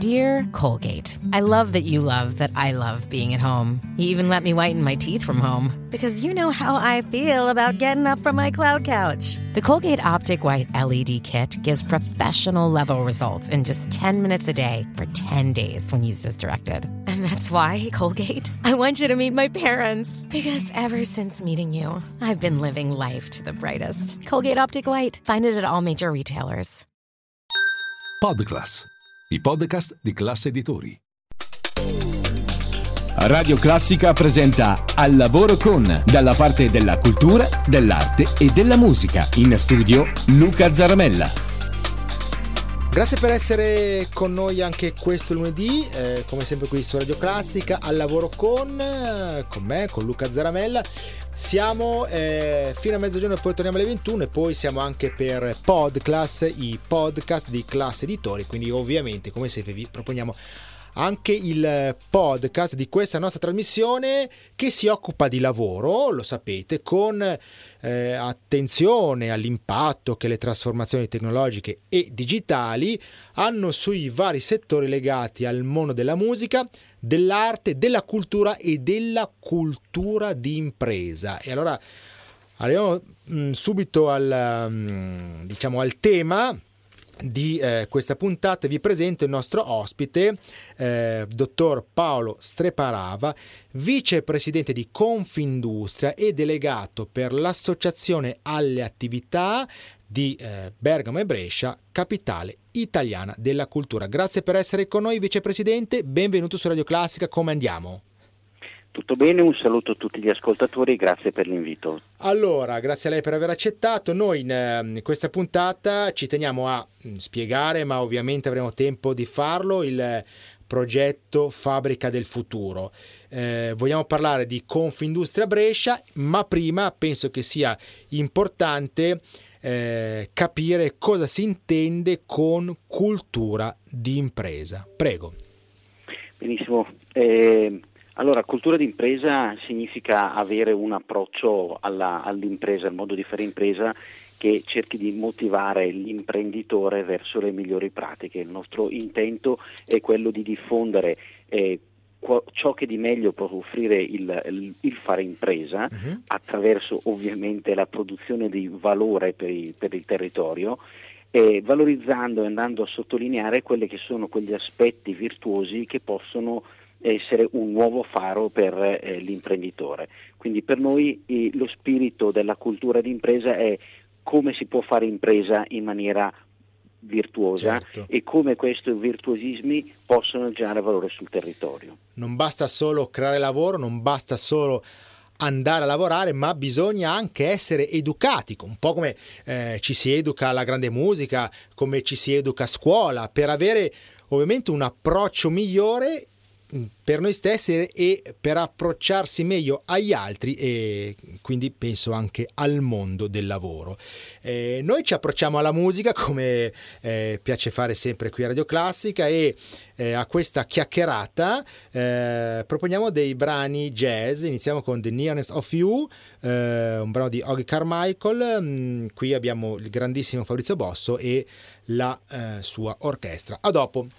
Dear Colgate, I love that you love that I love being at home. You even let me whiten my teeth from home. Because you know how I feel about getting up from my cloud couch. The Colgate Optic White LED Kit gives professional level results in just 10 minutes a day for 10 days when used as directed. And that's why, Colgate, I want you to meet my parents. Because ever since meeting you, I've been living life to the brightest. Colgate Optic White. Find it at all major retailers. Podclass, i podcast di Classe Editori. Radio Classica presenta Al lavoro con, dalla parte della cultura, dell'arte e della musica. In studio Luca Zaramella. Grazie per essere con noi anche questo lunedì, come sempre qui su Radio Classica, Al lavoro con me, con Luca Zaramella. Siamo fino a mezzogiorno e poi torniamo alle 21 e poi siamo anche per Podclass, i podcast di Classe Editori, quindi ovviamente come sempre vi proponiamo anche il podcast di questa nostra trasmissione che si occupa di lavoro, lo sapete, con attenzione all'impatto che le trasformazioni tecnologiche e digitali hanno sui vari settori legati al mondo della musica, dell'arte, della cultura e della cultura di impresa. E allora arriviamo subito al tema di questa puntata. Vi presento il nostro ospite, dottor Paolo Streparava, vicepresidente di Confindustria e delegato per l'associazione alle attività di Bergamo e Brescia, capitale italiana della cultura. Grazie per essere con noi, vicepresidente, benvenuto su Radio Classica, come andiamo? Tutto bene, un saluto a tutti gli ascoltatori, grazie per l'invito. Allora, grazie a lei per aver accettato. Noi in questa puntata ci teniamo a spiegare, ma ovviamente avremo tempo di farlo, il progetto Fabbrica del Futuro. Vogliamo parlare di Confindustria Brescia, ma prima penso che sia importante capire cosa si intende con cultura di impresa. Prego. Benissimo. Allora, cultura d'impresa significa avere un approccio all'impresa, al modo di fare impresa che cerchi di motivare l'imprenditore verso le migliori pratiche. Il nostro intento è quello di diffondere ciò che di meglio può offrire il fare impresa attraverso ovviamente la produzione di valore per il territorio, valorizzando e andando a sottolineare quelli che sono quegli aspetti virtuosi che possono essere un nuovo faro per l'imprenditore. Quindi per noi lo spirito della cultura d'impresa è come si può fare impresa in maniera virtuosa, certo, e come questi virtuosismi possono generare valore sul territorio. Non basta solo creare lavoro, non basta solo andare a lavorare, ma bisogna anche essere educati, un po' come ci si educa alla grande musica, come ci si educa a scuola, per avere ovviamente un approccio migliore per noi stessi e per approcciarsi meglio agli altri, e quindi penso anche al mondo del lavoro. Noi ci approcciamo alla musica come piace fare sempre qui a Radio Classica, e a questa chiacchierata proponiamo dei brani jazz. Iniziamo con The Nearness of You, un brano di Ogie Carmichael. Qui abbiamo il grandissimo Fabrizio Bosso e la sua orchestra. A dopo.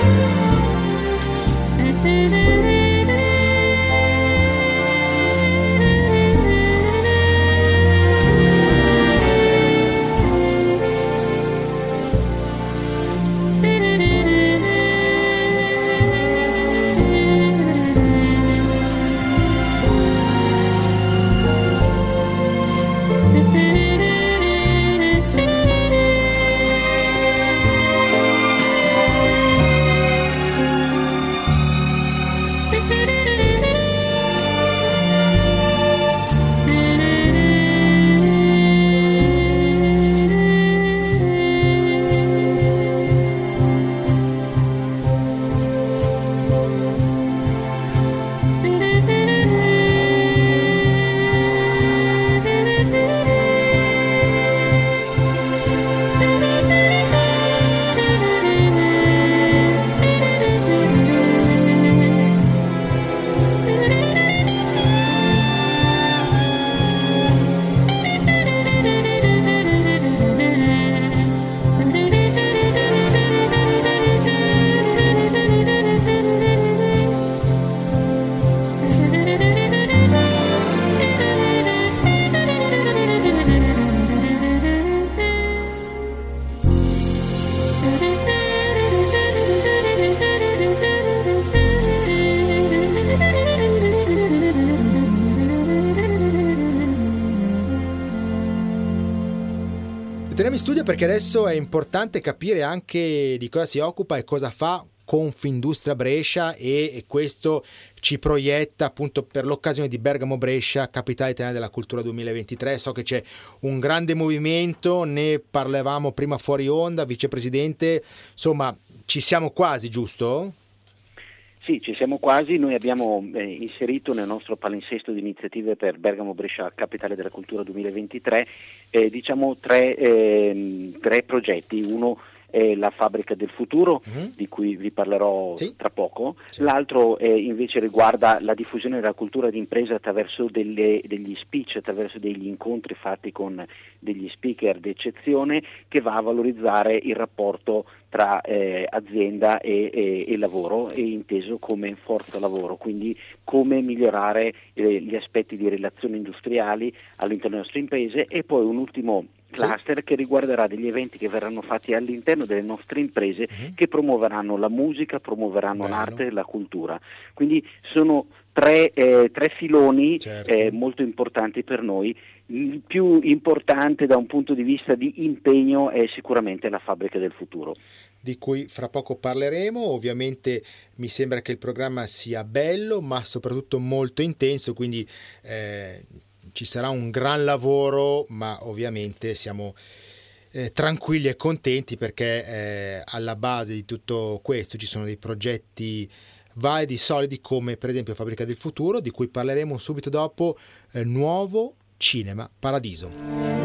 Torniamo in studio perché adesso è importante capire anche di cosa si occupa e cosa fa Confindustria Brescia, e questo ci proietta appunto per l'occasione di Bergamo Brescia, capitale italiana della cultura 2023. So che c'è un grande movimento, ne parlavamo prima fuori onda, vicepresidente, insomma ci siamo quasi, giusto? Sì, ci siamo quasi. Noi abbiamo inserito nel nostro palinsesto di iniziative per Bergamo Brescia, capitale della cultura 2023, tre progetti. Uno è la fabbrica del futuro, di cui vi parlerò tra poco. Sì. L'altro invece riguarda la diffusione della cultura d'impresa attraverso degli speech, attraverso degli incontri fatti con degli speaker d'eccezione, che va a valorizzare il rapporto tra azienda e lavoro, e inteso come forza lavoro, quindi come migliorare gli aspetti di relazioni industriali all'interno delle nostre imprese. E poi un ultimo cluster che riguarderà degli eventi che verranno fatti all'interno delle nostre imprese, che promuoveranno la musica, promuoveranno l'arte e la cultura. Quindi sono tre filoni molto importanti per noi. Il più importante da un punto di vista di impegno è sicuramente la fabbrica del futuro, di cui fra poco parleremo. Ovviamente mi sembra che il programma sia bello, ma soprattutto molto intenso, quindi ci sarà un gran lavoro, ma ovviamente siamo tranquilli e contenti perché alla base di tutto questo ci sono dei progetti validi, solidi, come per esempio Fabbrica del Futuro, di cui parleremo subito dopo Nuovo Cinema Paradiso.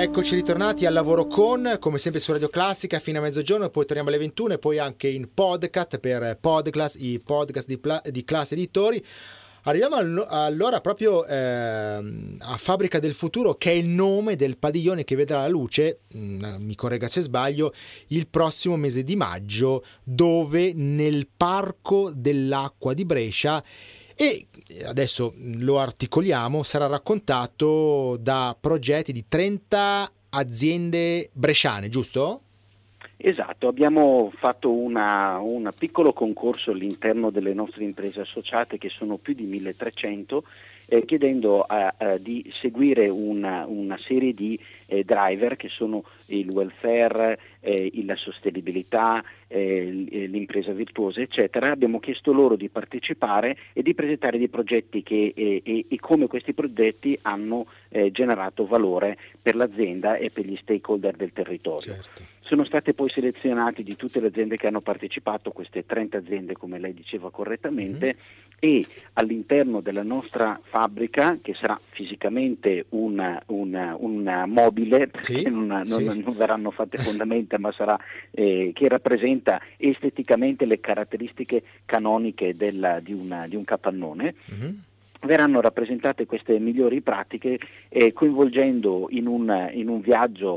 Eccoci ritornati al lavoro come sempre su Radio Classica fino a mezzogiorno, poi torniamo alle 21 e poi anche in podcast per Podclass, i podcast di Class Editori. Arriviamo allora proprio a Fabbrica del Futuro, che è il nome del padiglione che vedrà la luce, mi corregga se sbaglio, il prossimo mese di maggio, dove nel Parco dell'Acqua di Brescia, e adesso lo articoliamo, sarà raccontato da progetti di 30 aziende bresciane, giusto? Esatto, abbiamo fatto un piccolo concorso all'interno delle nostre imprese associate, che sono più di 1300, chiedendo di seguire una serie di driver che sono il welfare, la sostenibilità, l'impresa virtuosa, eccetera. Abbiamo chiesto loro di partecipare e di presentare dei progetti e come questi progetti hanno generato valore per l'azienda e per gli stakeholder del territorio. Certo. Sono state poi selezionati di tutte le aziende che hanno partecipato, queste 30 aziende come lei diceva correttamente, e all'interno della nostra fabbrica, che sarà fisicamente un mobile, perché non verranno fatte fondamenta, ma sarà che rappresenta esteticamente le caratteristiche canoniche di un capannone. Verranno rappresentate queste migliori pratiche, coinvolgendo in un viaggio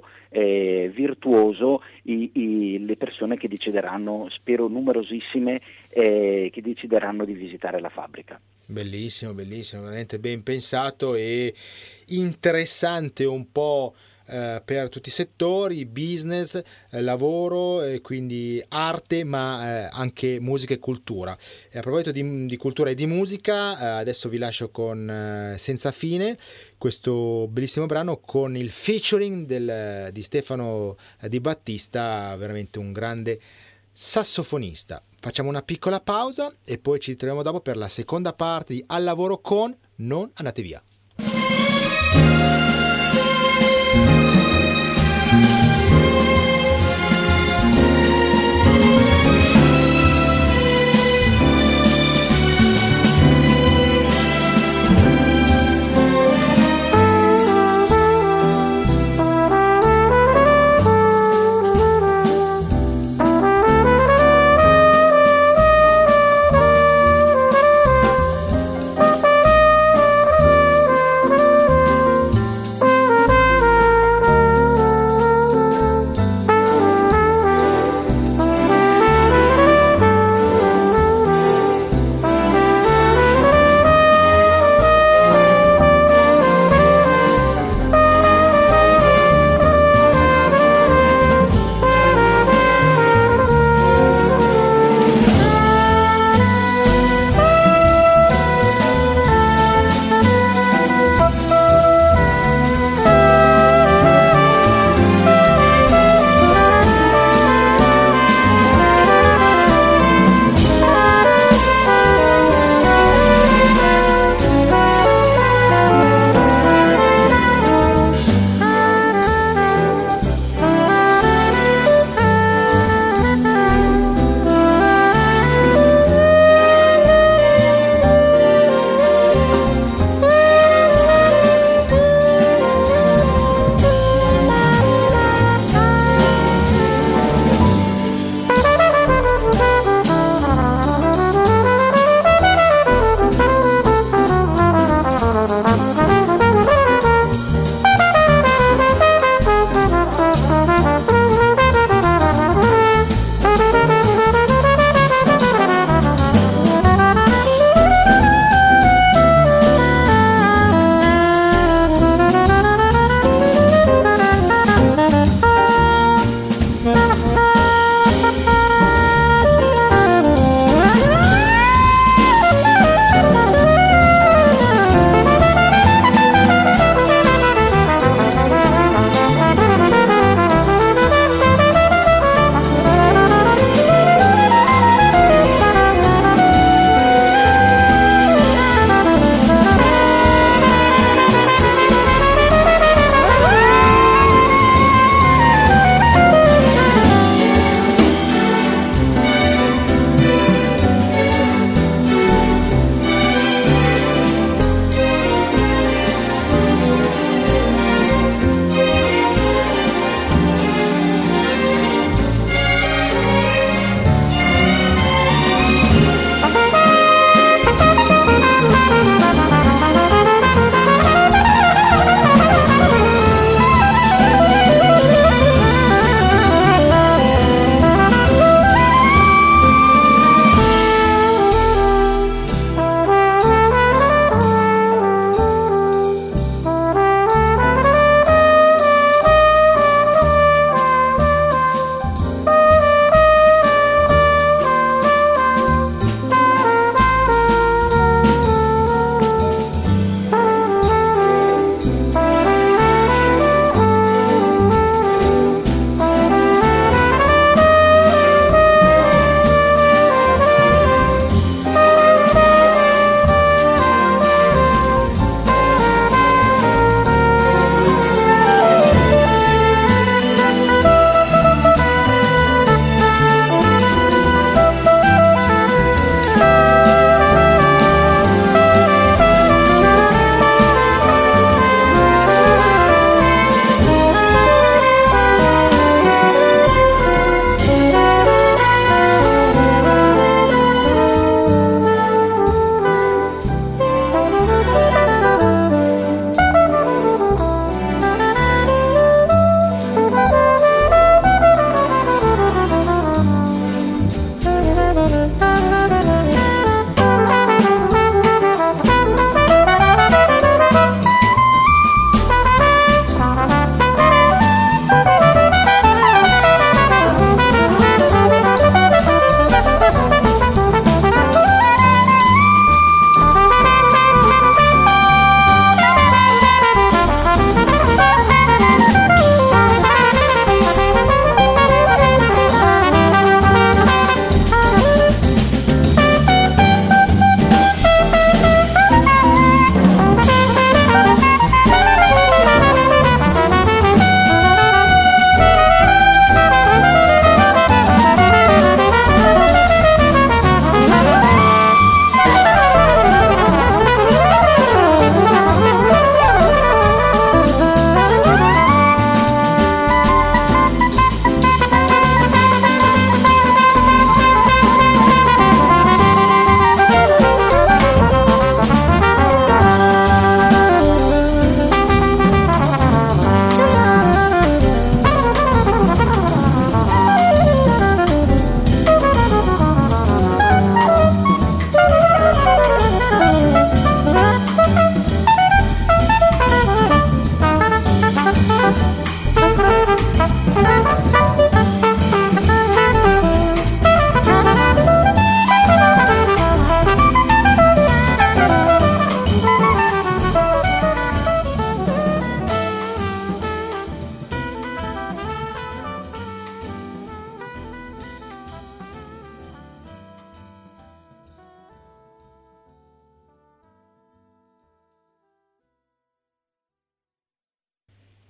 virtuoso le persone che decideranno, spero numerosissime, che decideranno di visitare la fabbrica. Bellissimo, veramente ben pensato e interessante un po' per tutti i settori, business, lavoro, quindi arte, ma anche musica e cultura. E a proposito di cultura e di musica, adesso vi lascio con Senza Fine, questo bellissimo brano con il featuring di Stefano Di Battista, veramente un grande sassofonista. Facciamo una piccola pausa e poi ci ritroviamo dopo per la seconda parte di Al Lavoro con Non Andate Via.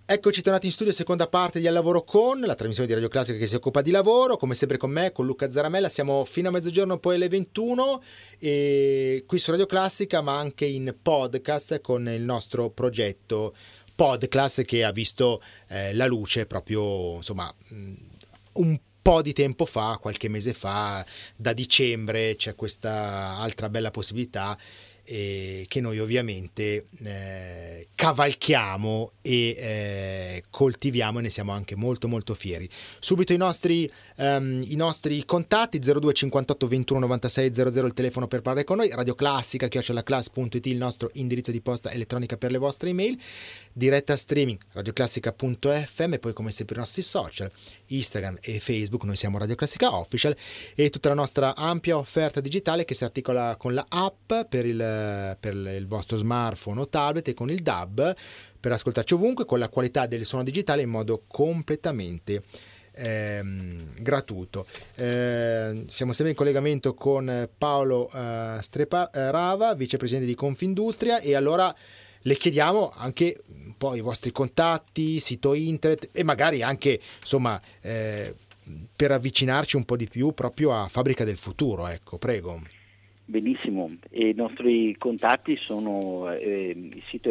Eccoci tornati in studio, seconda parte di Al Lavoro Con, la trasmissione di Radio Classica che si occupa di lavoro, come sempre con me, con Luca Zaramella. Siamo fino a mezzogiorno, poi alle 21, e qui su Radio Classica, ma anche in podcast con il nostro progetto Podcast, che ha visto la luce proprio, insomma, un po' di tempo fa, qualche mese fa. Da dicembre c'è questa altra bella possibilità che noi ovviamente cavalchiamo e coltiviamo, e ne siamo anche molto molto fieri. Subito i nostri contatti: 02 58 21 96 00 il telefono per parlare con noi, radioclassica@class.it il nostro indirizzo di posta elettronica per le vostre email, diretta streaming radioclassica.fm, e poi come sempre i nostri social Instagram e Facebook, noi siamo Radio Classica Official, e tutta la nostra ampia offerta digitale che si articola con la app per il vostro smartphone o tablet, e con il DAB per ascoltarci ovunque con la qualità del suono digitale in modo completamente gratuito. Siamo sempre in collegamento con Paolo Streparava, vicepresidente di Confindustria, e allora le chiediamo anche un po' i vostri contatti, sito internet, e magari anche, insomma, per avvicinarci un po' di più proprio a Fabbrica del Futuro. Ecco, prego. Benissimo, e i nostri contatti sono il sito è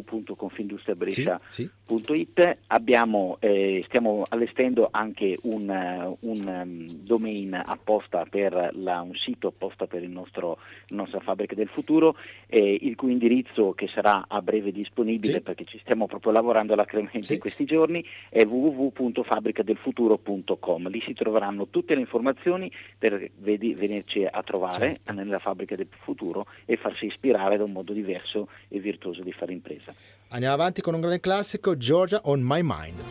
www.confindustriabrescia.it. Stiamo allestendo anche un domain apposta per un sito apposta per la nostra Fabbrica del Futuro, il cui indirizzo, che sarà a breve disponibile, perché ci stiamo proprio lavorando alacremente in questi giorni, è www.fabbricadelfuturo.com. Lì si troveranno tutte le informazioni per venirci a trovare nella Fabbrica del Futuro e farsi ispirare da un modo diverso e virtuoso di fare impresa. Andiamo avanti con un grande classico, Georgia on My Mind.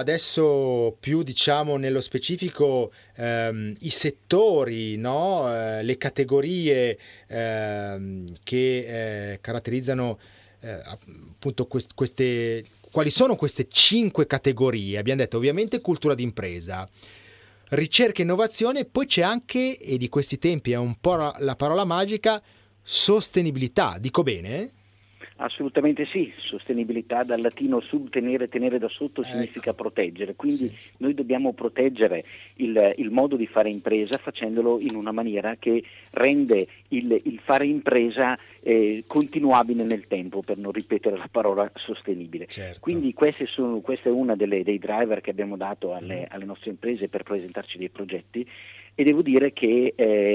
adesso più diciamo nello specifico i settori, no? Le categorie che caratterizzano appunto queste. Quali sono queste 5 categorie? Abbiamo detto ovviamente cultura d'impresa, ricerca e innovazione, poi c'è anche, e di questi tempi è un po' la parola magica, sostenibilità. Dico bene? Assolutamente sì, sostenibilità dal latino subtenere, tenere da sotto significa proteggere, quindi sì. Noi dobbiamo proteggere il modo di fare impresa facendolo in una maniera che rende il fare impresa continuabile nel tempo, per non ripetere la parola sostenibile. Certo. Quindi questa è una dei driver che abbiamo dato alle nostre imprese per presentarci dei progetti. E devo dire che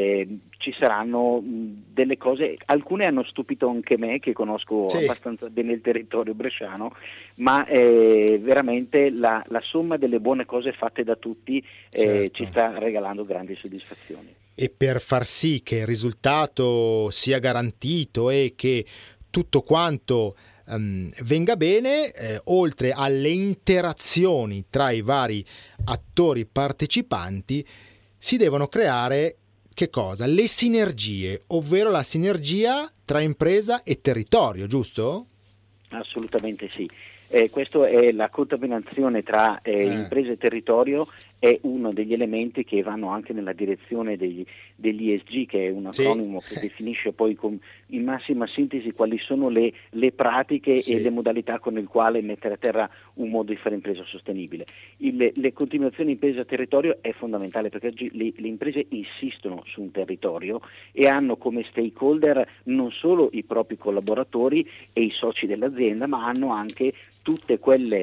ci saranno delle cose, alcune hanno stupito anche me, che conosco abbastanza bene il territorio bresciano, ma veramente la somma delle buone cose fatte da tutti ci sta regalando grandi soddisfazioni. E per far sì che il risultato sia garantito e che tutto quanto venga bene, oltre alle interazioni tra i vari attori partecipanti, si devono creare che cosa? Le sinergie, ovvero la sinergia tra impresa e territorio, giusto? Assolutamente sì. Questo è la contaminazione tra impresa e territorio, è uno degli elementi che vanno anche nella direzione degli ESG, che è un acronimo che definisce poi in massima sintesi quali sono le pratiche e le modalità con le quali mettere a terra un modo di fare impresa sostenibile. Le continuazioni impresa-territorio è fondamentale, perché oggi le imprese insistono su un territorio e hanno come stakeholder non solo i propri collaboratori e i soci dell'azienda, ma hanno anche tutte quelle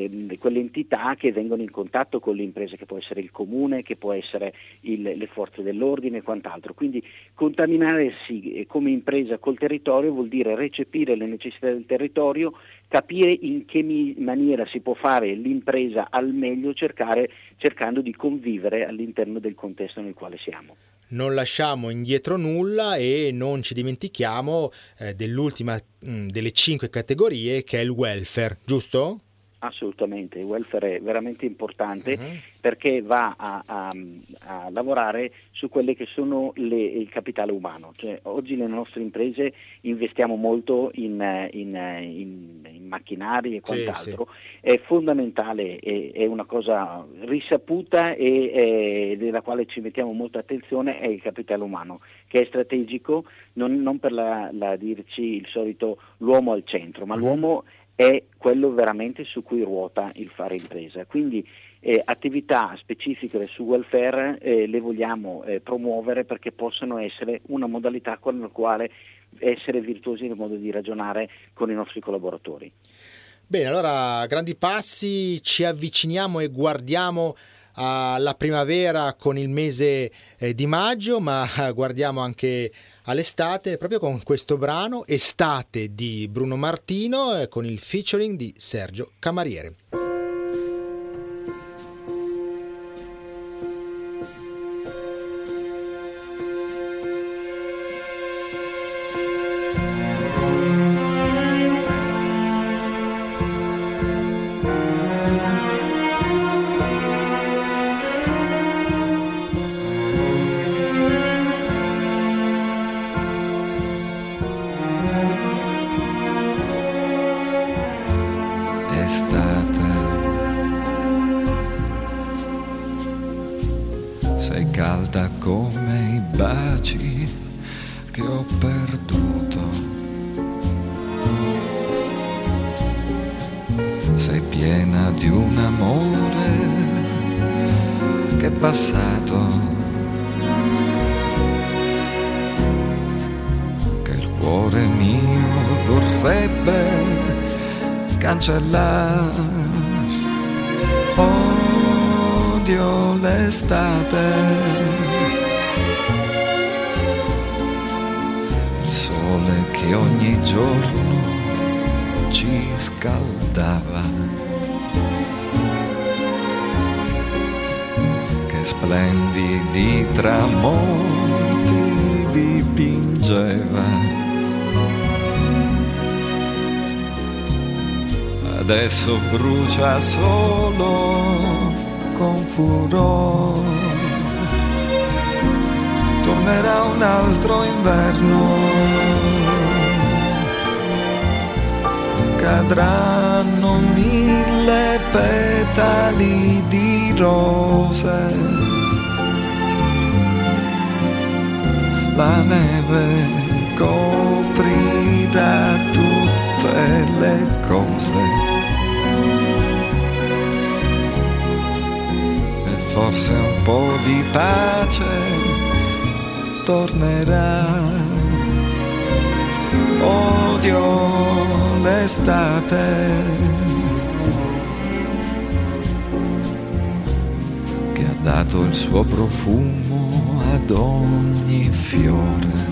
entità che vengono in contatto con le imprese, che può essere il comune, che può essere le forze dell'ordine e quant'altro. Quindi contaminarsi come impresa col territorio vuol dire recepire le necessità del territorio, capire in che maniera si può fare l'impresa al meglio, cercando di convivere all'interno del contesto nel quale siamo. Non lasciamo indietro nulla e non ci dimentichiamo dell'ultima delle 5 categorie, che è il welfare, giusto? Assolutamente, il welfare è veramente importante perché va a lavorare su quelle che sono il capitale umano. Cioè, oggi nelle nostre imprese investiamo molto in macchinari e quant'altro. È fondamentale, è una cosa risaputa e della quale ci mettiamo molta attenzione, è il capitale umano, che è strategico, non per dirci il solito l'uomo al centro, ma l'uomo è quello veramente su cui ruota il fare impresa. Quindi attività specifiche su welfare le vogliamo promuovere, perché possono essere una modalità con la quale essere virtuosi nel modo di ragionare con i nostri collaboratori. Bene, allora grandi passi, ci avviciniamo e guardiamo alla primavera con il mese di maggio, ma guardiamo anche all'estate proprio con questo brano Estate di Bruno Martino, con il featuring di Sergio Camariere. Sei calda come i baci che ho perduto. Sei piena di un amore che è passato, che il cuore mio vorrebbe cancellare. Odio l'estate, il sole che ogni giorno ci scaldava, che splendidi tramonti dipingeva. adesso brucia solo con furore. Tornerà un altro inverno, cadranno 1000 petali di rose, la neve coprirà tutte le cose e forse un po' di pace tornerà. Odio l'estate che ha dato il suo profumo ad ogni fiore,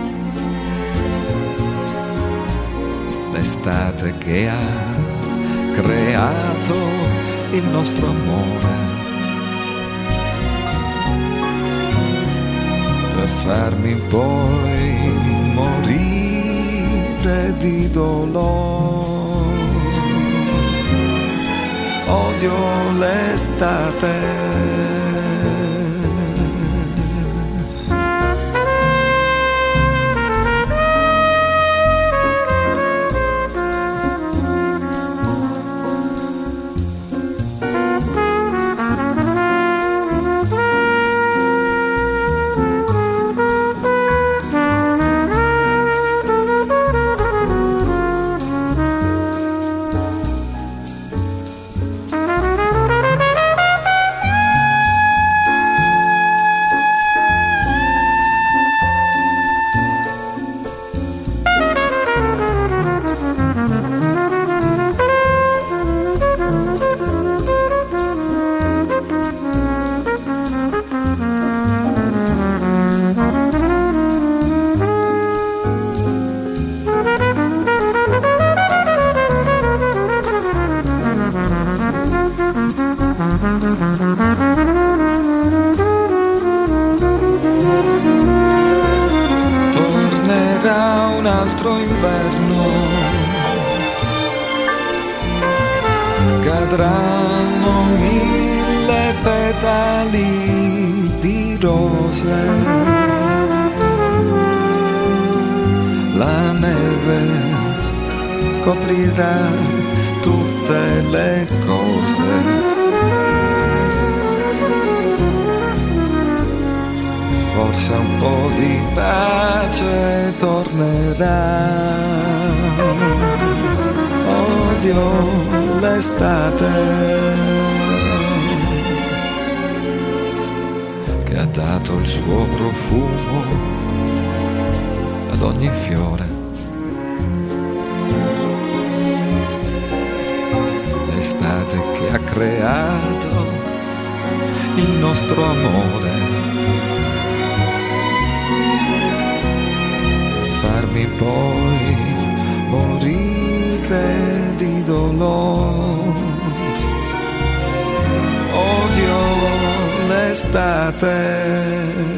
l'estate che ha creato il nostro amore, per farmi poi morire di dolore. Odio l'estate. Tornerà un altro inverno, cadranno 1000 petali di rose, la neve coprirà tutte le cose, forse un po' di pace tornerà. Odio l'estate che ha dato il suo profumo ad ogni fiore, l'estate che ha creato il nostro amore, farmi poi morire di dolore. Odio l'estate.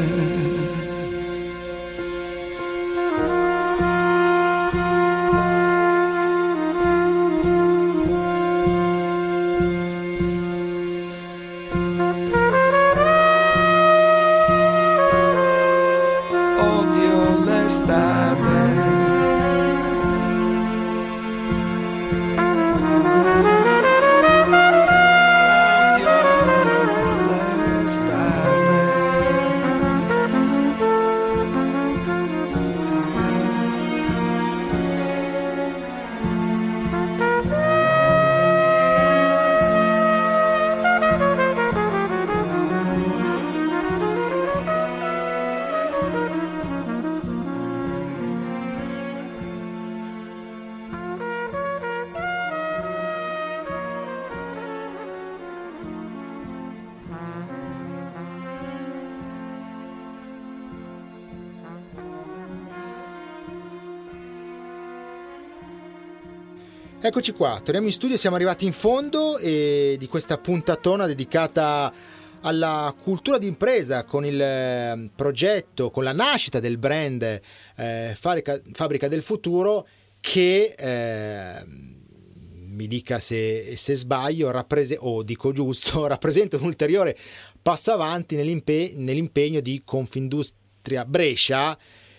Eccoci qua, torniamo in studio, siamo arrivati in fondo di questa puntatona dedicata alla cultura d'impresa con il progetto, con la nascita del brand Fabbrica del Futuro, che mi dica se sbaglio, o dico giusto, rappresenta un ulteriore passo avanti nell'impegno di Confindustria Brescia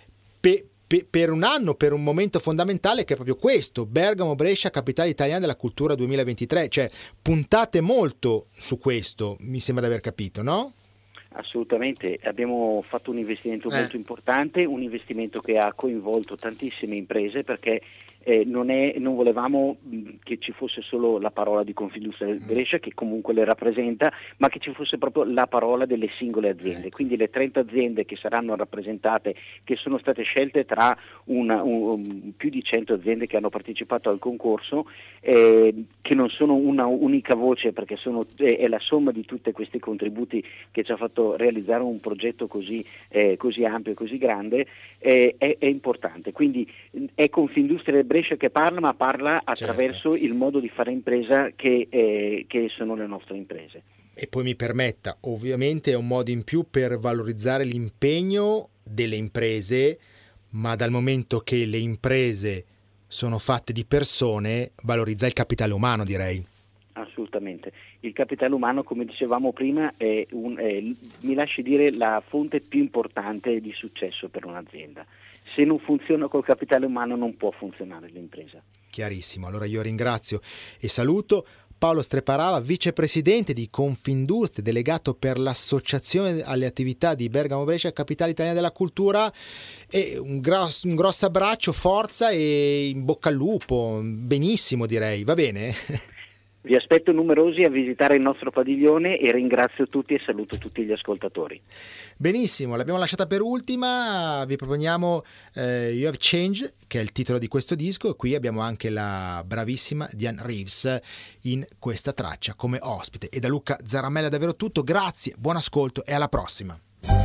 per un anno, per un momento fondamentale che è proprio questo, Bergamo-Brescia, capitale italiana della cultura 2023, cioè puntate molto su questo, mi sembra di aver capito, no? Assolutamente, abbiamo fatto un investimento molto importante, un investimento che ha coinvolto tantissime imprese, perché non volevamo che ci fosse solo la parola di Confindustria Brescia, che comunque le rappresenta, ma che ci fosse proprio la parola delle singole aziende. Quindi le 30 aziende che saranno rappresentate, che sono state scelte tra più di 100 aziende che hanno partecipato al concorso, che non sono una unica voce, perché è la somma di tutti questi contributi che ci ha fatto realizzare un progetto così ampio e così grande, è importante. Quindi è Confindustria Brescia che parla, ma parla attraverso il modo di fare impresa che sono le nostre imprese. E poi mi permetta, ovviamente è un modo in più per valorizzare l'impegno delle imprese, ma dal momento che le imprese sono fatte di persone, valorizza il capitale umano, direi. Assolutamente. Il capitale umano, come dicevamo prima, mi lasci dire, la fonte più importante di successo per un'azienda. Se non funziona col capitale umano non può funzionare l'impresa. Chiarissimo. Allora io ringrazio e saluto Paolo Streparava, vicepresidente di Confindustria, delegato per l'associazione alle attività di Bergamo Brescia, capitale italiana della cultura, e un grosso abbraccio, forza e in bocca al lupo. Benissimo, direi, va bene? Vi aspetto numerosi a visitare il nostro padiglione e ringrazio tutti e saluto tutti gli ascoltatori. Benissimo, l'abbiamo lasciata per ultima, vi proponiamo You Have Changed, che è il titolo di questo disco, e qui abbiamo anche la bravissima Diane Reeves in questa traccia come ospite. E da Luca Zaramella è davvero tutto, grazie, buon ascolto e alla prossima.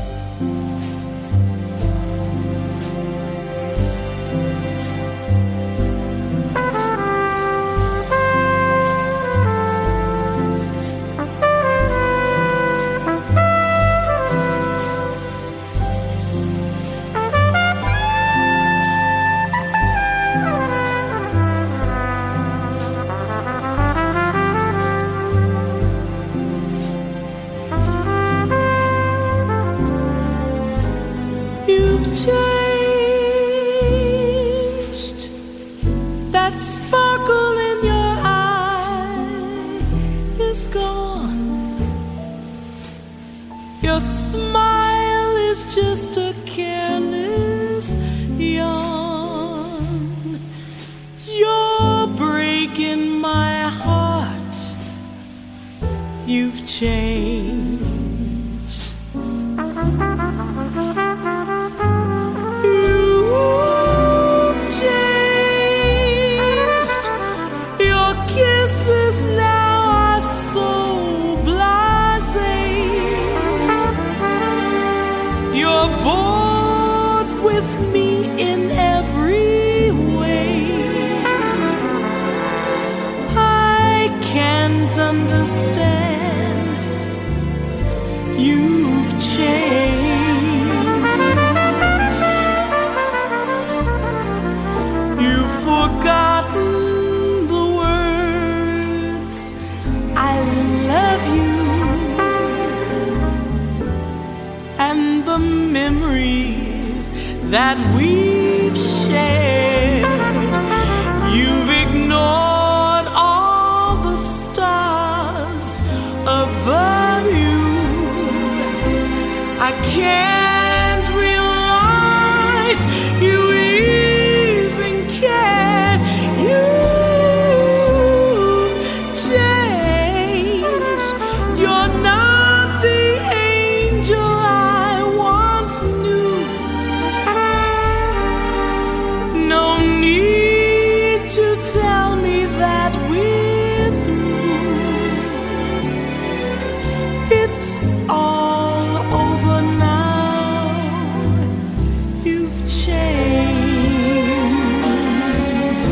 Changed, that sparkle in your eye is gone. Your smile is just a careless yawn. You're breaking my heart. You've changed. Understand, you've changed. You've forgotten the words I love you and the memories that we've shared. You've ignored above you. I can't realize you even cared. You've changed. You're not the angel I once knew. No need to tell me that we're through. It's all over now. You've changed.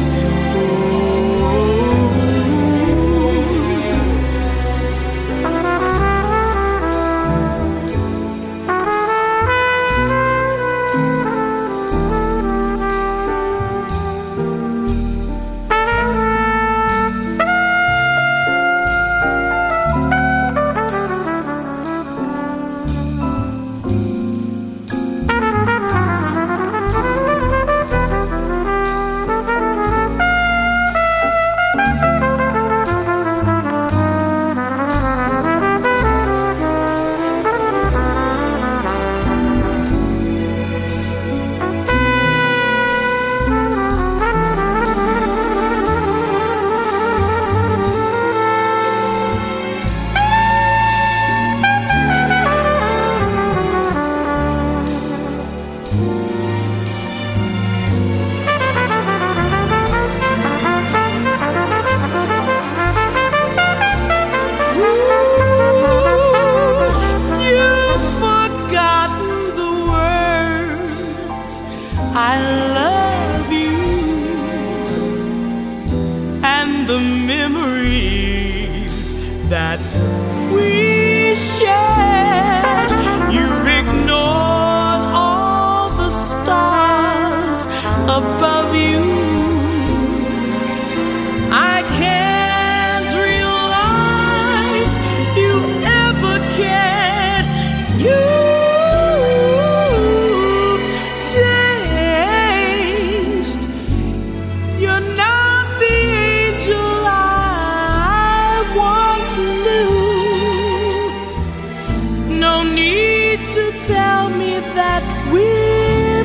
to tell me that we're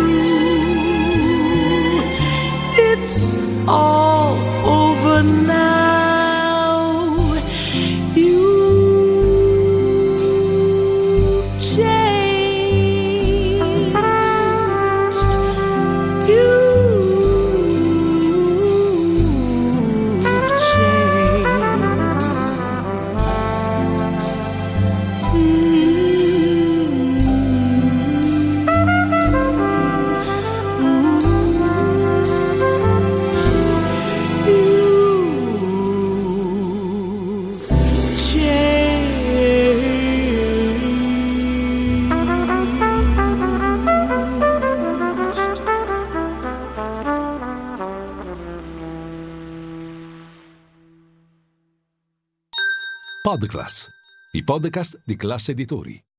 through. It's all over now. You've changed. You've Podclass, i podcast di Classe Editori.